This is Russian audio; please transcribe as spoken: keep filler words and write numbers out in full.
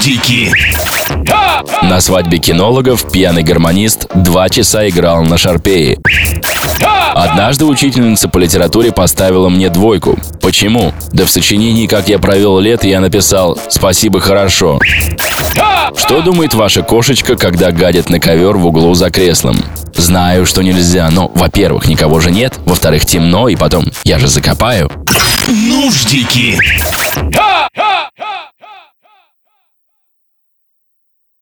Нуждики. На свадьбе кинологов пьяный гармонист два часа играл на шарпее. Однажды учительница по литературе поставила мне двойку. Почему? Да в сочинении «Как я провел лето» я написал «Спасибо, хорошо». Что думает ваша кошечка, когда гадит на ковер в углу за креслом? Знаю, что нельзя, но, во-первых, никого же нет, во-вторых, темно, и потом, я же закопаю. Нуждики.